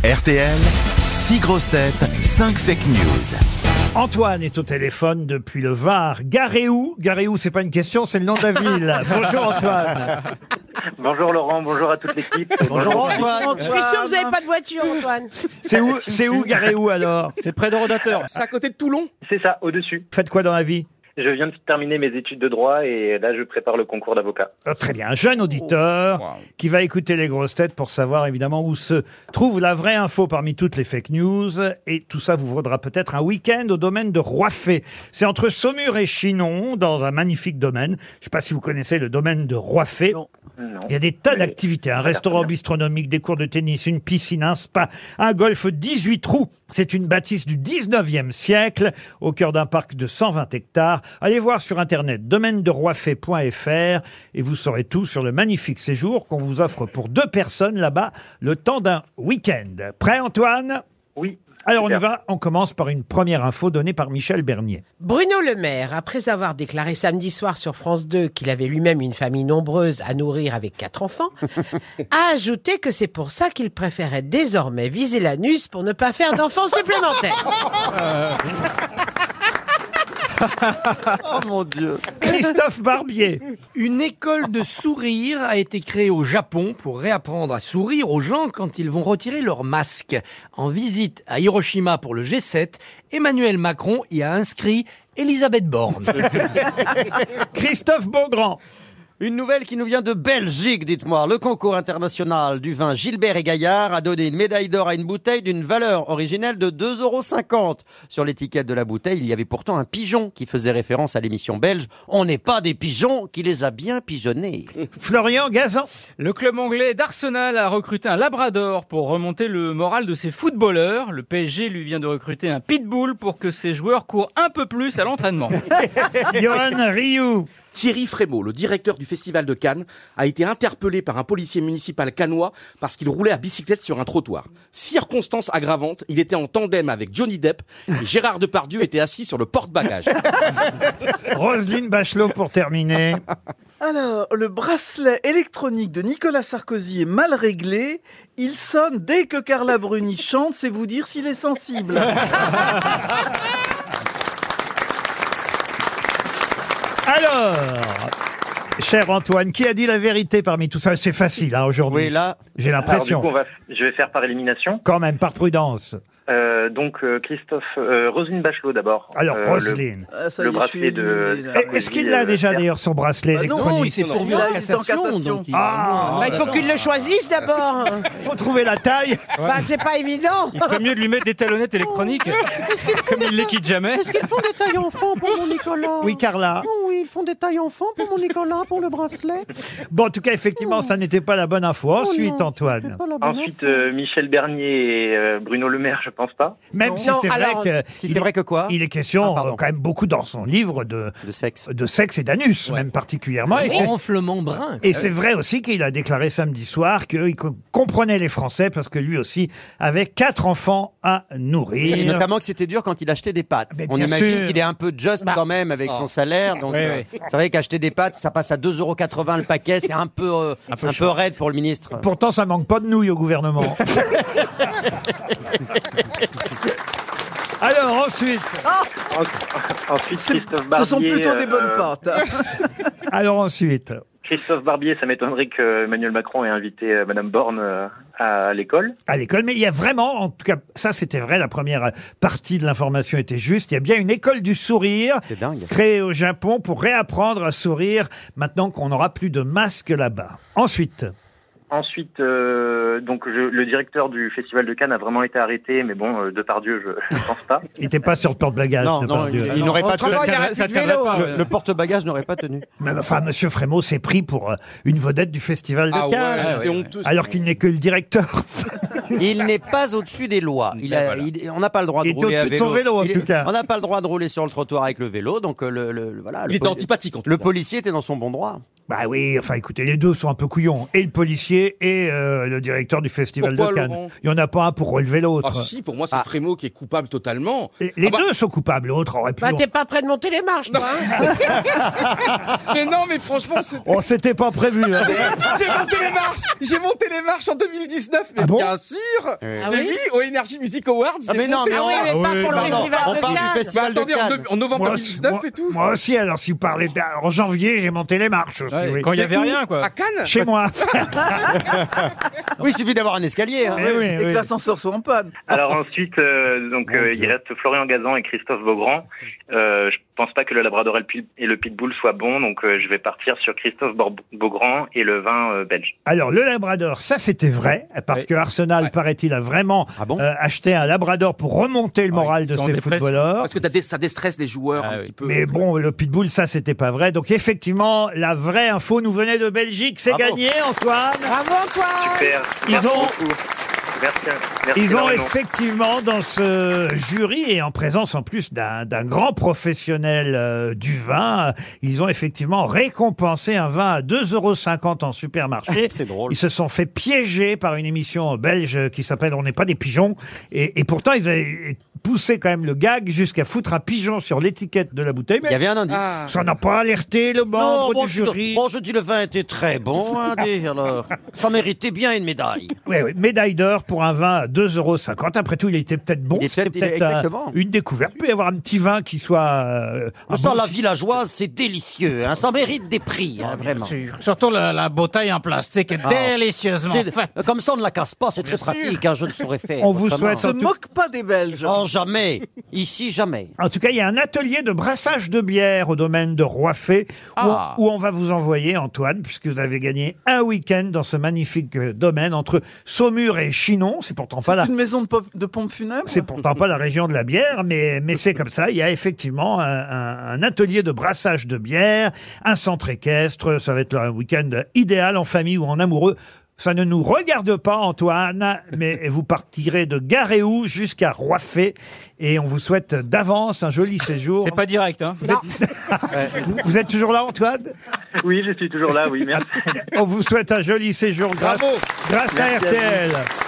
RTL, 6 grosses têtes, 5 fake news. Antoine est au téléphone depuis le Var. Garéou, c'est pas une question, c'est le nom de la ville. Bonjour Antoine. Bonjour Laurent, bonjour à toute l'équipe. Bonjour Je suis sûr que vous n'avez pas de voiture, Antoine. C'est où Garéou alors? C'est près de Rodateur. C'est à côté de Toulon. C'est ça, au-dessus. Faites quoi dans la vie? Je viens de terminer mes études de droit et là je prépare le concours d'avocat. Très bien, un jeune auditeur qui va écouter les grosses têtes pour savoir évidemment où se trouve la vraie info parmi toutes les fake news. Et tout ça vous vaudra peut-être un week-end au domaine de Roiffet. C'est entre Saumur et Chinon, dans un magnifique domaine. Je ne sais pas si vous connaissez le domaine de Roiffet. Non. Il y a des tas d'activités, un restaurant bistronomique, des cours de tennis, une piscine, un spa, un golf 18 trous. C'est une bâtisse du 19e siècle, au cœur d'un parc de 120 hectares. Allez voir sur internet domaine-de-roiffet.fr et vous saurez tout sur le magnifique séjour qu'on vous offre pour 2 personnes là-bas, le temps d'un week-end. Prêt Antoine? Oui. Alors on y Super. va, on commence par une première info donnée par Michel Bernier. Bruno Le Maire, après avoir déclaré samedi soir sur France 2 qu'il avait lui-même une famille nombreuse à nourrir avec 4 enfants, a ajouté que c'est pour ça qu'il préférait désormais viser l'anus pour ne pas faire d'enfants supplémentaires. Oh mon Dieu. Christophe Barbier. Une école de sourire a été créée au Japon pour réapprendre à sourire aux gens quand ils vont retirer leur masque. En visite à Hiroshima pour le G7, Emmanuel Macron y a inscrit Elisabeth Borne. Christophe Beaugrand. Une nouvelle qui nous vient de Belgique, dites-moi. Le concours international du vin Gilbert et Gaillard a donné une médaille d'or à une bouteille d'une valeur originelle de 2,50 €. Sur l'étiquette de la bouteille, il y avait pourtant un pigeon qui faisait référence à l'émission belge. On n'est pas des pigeons, qui les a bien pigeonnés. Florian Gazan. Le club anglais d'Arsenal a recruté un labrador pour remonter le moral de ses footballeurs. Le PSG lui vient de recruter un pitbull pour que ses joueurs courent un peu plus à l'entraînement. Johan Rioux. Thierry Frémaux, le directeur du Festival de Cannes, a été interpellé par un policier municipal cannois parce qu'il roulait à bicyclette sur un trottoir. Circonstance aggravante, il était en tandem avec Johnny Depp et Gérard Depardieu était assis sur le porte-bagages. Roselyne Bachelot pour terminer. Alors, le bracelet électronique de Nicolas Sarkozy est mal réglé. Il sonne dès que Carla Bruni chante, c'est vous dire s'il est sensible. Alors, cher Antoine, qui a dit la vérité parmi tout ça? C'est facile hein, aujourd'hui. Oui, là, J'ai Alors l'impression. du coup, je vais faire par élimination. Quand même, par prudence. Donc Roselyne Bachelot d'abord. Alors, Le- Roselyne. Ah, ça le y est, je bracelet suis de- éliminé, là. Est-ce qu'il a déjà faire. d'ailleurs son bracelet Bah non, électronique? il s'est pourvu Il en a- il est en cassation. cassation. Donc Ah, Bah, il faut qu'il le choisisse d'abord. faut trouver la taille. Bah, c'est pas évident. Il ferait mieux de lui mettre des talonnettes électroniques, comme il les quitte jamais. Est-ce qu'ils font des tailles enfants pour mon Nicolas? Oui, Carla. Oh oui, ils font des tailles enfants pour mon Nicolas, pour le bracelet. Bon, en tout cas, effectivement, ça n'était pas la bonne info. Ensuite, non, Antoine. c'est pas la bonne Ensuite info. Michel Bernier et Bruno Le Maire, je pense pas. Même Non, si non, c'est vrai alors, que... si c'est vrai que quoi? Il est question Ah, pardon. quand même beaucoup dans son livre De sexe. de sexe et d'anus, même particulièrement. Et c'est- Ronflement brun. Et c'est vrai aussi qu'il a déclaré samedi soir qu'il comprenait les Français parce que lui aussi avait 4 enfants à nourrir. Et notamment que c'était dur quand il achetait des pâtes. Mais On bien imagine sûr. qu'il est un peu just quand même avec son salaire. Donc, c'est vrai qu'acheter des pâtes, ça passe à 2,80 € le paquet. C'est un peu raide pour le ministre. Pourtant, ça manque pas de nouilles au gouvernement. Alors ensuite, Ensuite Christophe Ce Barbier. sont plutôt des bonnes pâtes. Christophe Barbier, ça m'étonnerait que Emmanuel Macron ait invité Madame Borne à l'école. à l'école, mais il y a vraiment, en tout cas, ça c'était vrai, la première partie de l'information était juste, il y a bien une école du sourire C'est dingue. créée au Japon pour réapprendre à sourire maintenant qu'on n'aura plus de masques là-bas. Ensuite, Le directeur du Festival de Cannes a vraiment été arrêté, mais bon, Depardieu, je pense pas. il n'était pas sur le porte-bagages. Non, Depardieu. il n'aurait pas tenu. Autrement, il n'y aurait plus de vélo. Le porte-bagages n'aurait pas tenu. Mais enfin, Monsieur Frémaux s'est pris pour une vedette du Festival de Cannes, c'est honteux. alors qu'il n'est que le directeur. Il n'est pas au-dessus des lois. On n'a pas le droit de Il était rouler à au-dessus de son vélo, en tout cas. On n'a pas le droit de rouler sur le trottoir avec le vélo, donc Il était antipathique en tout Le cas. policier était dans son bon droit. Bah oui, enfin écoutez, les deux sont un peu couillons. Et le policier l'épicier et le directeur du Festival Pourquoi, de Cannes. Laurent Il n'y en a pas un pour relever l'autre. Ah si, pour moi, c'est Frémaux qui est coupable totalement. Les Ah bah- deux sont coupables, l'autre aurait pu... Bah, t'es pas prêt de monter les marches, toi, hein. Mais non, mais franchement, c'est... On s'était pas prévu. Hein. J'ai monté les marches en 2019, mais Ah bon bien sûr. Ah Mais oui oui, au Energy Music Awards. Ah mais non, mais Ah oui, mais pas pour le Festival on de parle du Cannes. Festival de Attendez, Cannes. en novembre Moi 2019 aussi, et tout. moi aussi, alors si vous parlez en janvier, j'ai monté les marches aussi. Ouais, oui. quand il y avait rien, quoi. À Cannes Chez moi. Oui, il suffit d'avoir un escalier. Hein. Eh oui, Et oui. que l'ascenseur soit en panne. Alors ensuite, il reste Florian Gazan et Christophe Beaugrand. Je pense pas que le Labrador et le Pitbull soient bons, donc je vais partir sur Christophe Beaugrand et le vin belge. Alors, le Labrador, ça c'était vrai, parce que Arsenal, paraît-il, a vraiment acheté un Labrador pour remonter le moral de ils sont en ses dépression. footballeurs. Parce que ça déstresse les joueurs un petit peu. Mais bon, le Pitbull, ça c'était pas vrai. Donc effectivement, la vraie info nous venait de Belgique. C'est Bravo. gagné, Antoine. Bravo, Antoine. Super. Ils Merci ont- beaucoup. Merci. Ils ont Laurent. effectivement, dans ce jury, et en présence en plus d'un grand professionnel du vin, ils ont effectivement récompensé un vin à 2,50 € en supermarché. C'est drôle. Ils se sont fait piéger par une émission belge qui s'appelle On n'est pas des pigeons. Et pourtant, ils avaient poussé quand même le gag jusqu'à foutre un pigeon sur l'étiquette de la bouteille. Il y avait un indice. Ça n'a pas alerté le membre bon, du jury. je dis le vin était très bon, hein, alors. Ça méritait bien une médaille. Oui, médaille d'or pour un vin à 2,50 €. Après tout, il était peut-être bon. Il est C'était peut-être- peut-être exactement. une découverte. Il peut y avoir un petit vin qui soit... un Ça, bon la petit- villageoise, c'est délicieux. Hein, ça mérite des prix, hein, vraiment. Surtout la bouteille en plastique est délicieusement C'est- faite. Comme ça, on ne la casse pas, c'est très pratique. Hein, je ne saurais faire. On vous autrement. souhaite Se moque pas des Belges. Oh, jamais. Ici, jamais. En tout cas, il y a un atelier de brassage de bière au domaine de Roiffet où on va vous envoyer, Antoine, puisque vous avez gagné un week-end dans ce magnifique domaine entre Saumur et Chinon. C'est pourtant pas Une maison de pompes funèbres. C'est pourtant pas la région de la bière, mais c'est comme ça. Il y a effectivement un atelier de brassage de bière, un centre équestre. Ça va être un week-end idéal en famille ou en amoureux. Ça ne nous regarde pas, Antoine, mais vous partirez de Garéou jusqu'à Roiffet et on vous souhaite d'avance un joli séjour. C'est pas direct, hein. Vous êtes toujours là, Antoine? Oui, je suis toujours là, oui, merci. On vous souhaite un joli séjour grâce à Merci à vous. RTL.